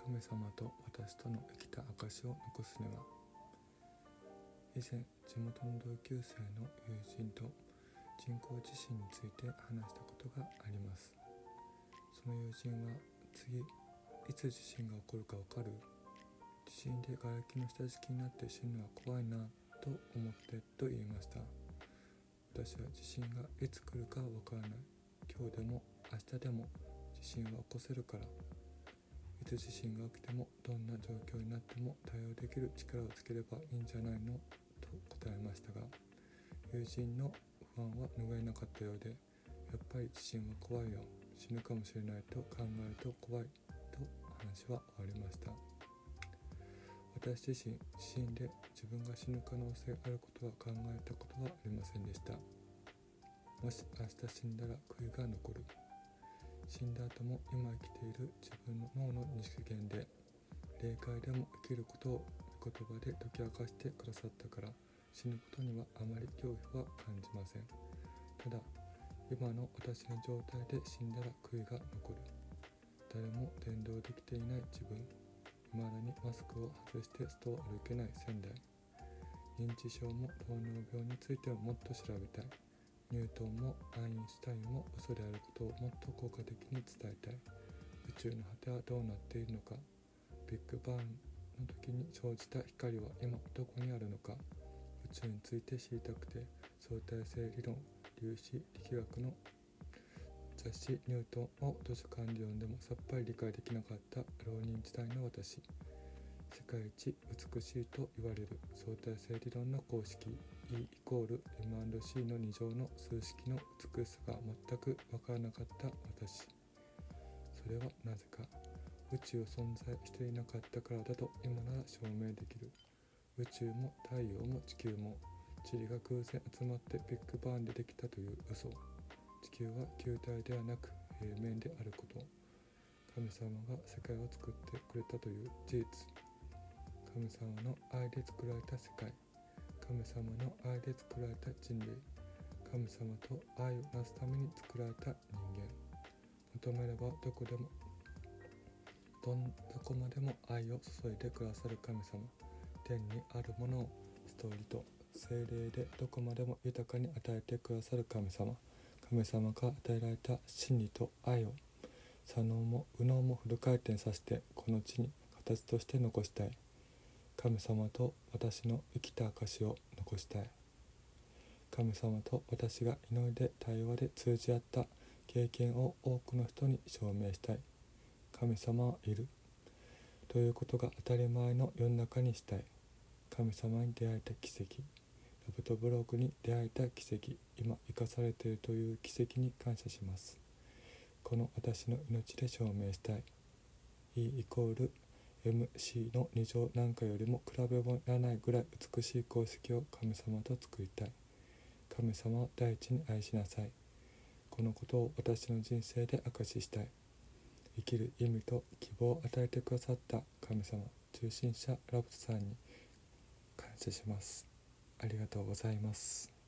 神様と私との生きた証を残すには。以前、地元の同級生の友人と人工地震について話したことがあります。その友人は、次、いつ地震が起こるかわかる？地震で瓦礫の下敷きになって死ぬのは怖いなと思ってと言いました。私は地震がいつ来るかわからない。今日でも明日でも地震は起こせるから。いつ地震が起きてもどんな状況になっても対応できる力をつければいいんじゃないのと答えましたが、友人の不安は拭えなかったようで、やっぱり地震は怖いよ、死ぬかもしれないと考えると怖いと話は終わりました。私自身、地震で自分が死ぬ可能性があることは考えたことはありませんでした。もし明日死んだら悔いが残る。死んだ後も今生きている自分の脳の二次元で霊界でも生きることを言葉で解き明かしてくださったから、死ぬことにはあまり恐怖は感じません。ただ、今の私の状態で死んだら悔いが残る。誰も伝道できていない自分、未だにマスクを外して外を歩けない仙台、認知症も糖尿病についてはもっと調べたい。ニュートンもアインシュタインも嘘であることをもっと効果的に伝えたい。宇宙の果てはどうなっているのか。ビッグバンの時に生じた光は今どこにあるのか。宇宙について知りたくて、相対性理論、粒子力学の雑誌ニュートンを図書館で読んでもさっぱり理解できなかった浪人時代の私。世界一美しいと言われる相対性理論の公式 E=M&C の2乗の数式の美しさが全く分からなかった私。それはなぜか。宇宙存在していなかったからだと今なら証明できる。宇宙も太陽も地球も塵が偶然集まってビッグバンでできたという嘘。地球は球体ではなく平面であること。神様が世界を作ってくれたという事実。神様の愛で作られた世界。神様の愛で作られた人類。神様と愛をなすために作られた人間。求めればどこまでも愛を注いでくださる神様。天にあるものをストーリーと精霊でどこまでも豊かに与えてくださる神様。神様が与えられた真理と愛を左脳も右脳もフル回転させてこの地に形として残したい。神様と私の生きた証を残したい。神様と私が祈りで対話で通じ合った経験を多くの人に証明したい。神様はいるということが当たり前の世の中にしたい。神様に出会えた奇跡、ラブトブログに出会えた奇跡、今生かされているという奇跡に感謝します。この私の命で証明したい。E=MC の2乗なんかよりも比べ物にならないぐらい美しい功績を神様と作りたい。神様を第一に愛しなさい。このことを私の人生で証ししたい。生きる意味と希望を与えてくださった神様、中心者ラブトさんに感謝します。ありがとうございます。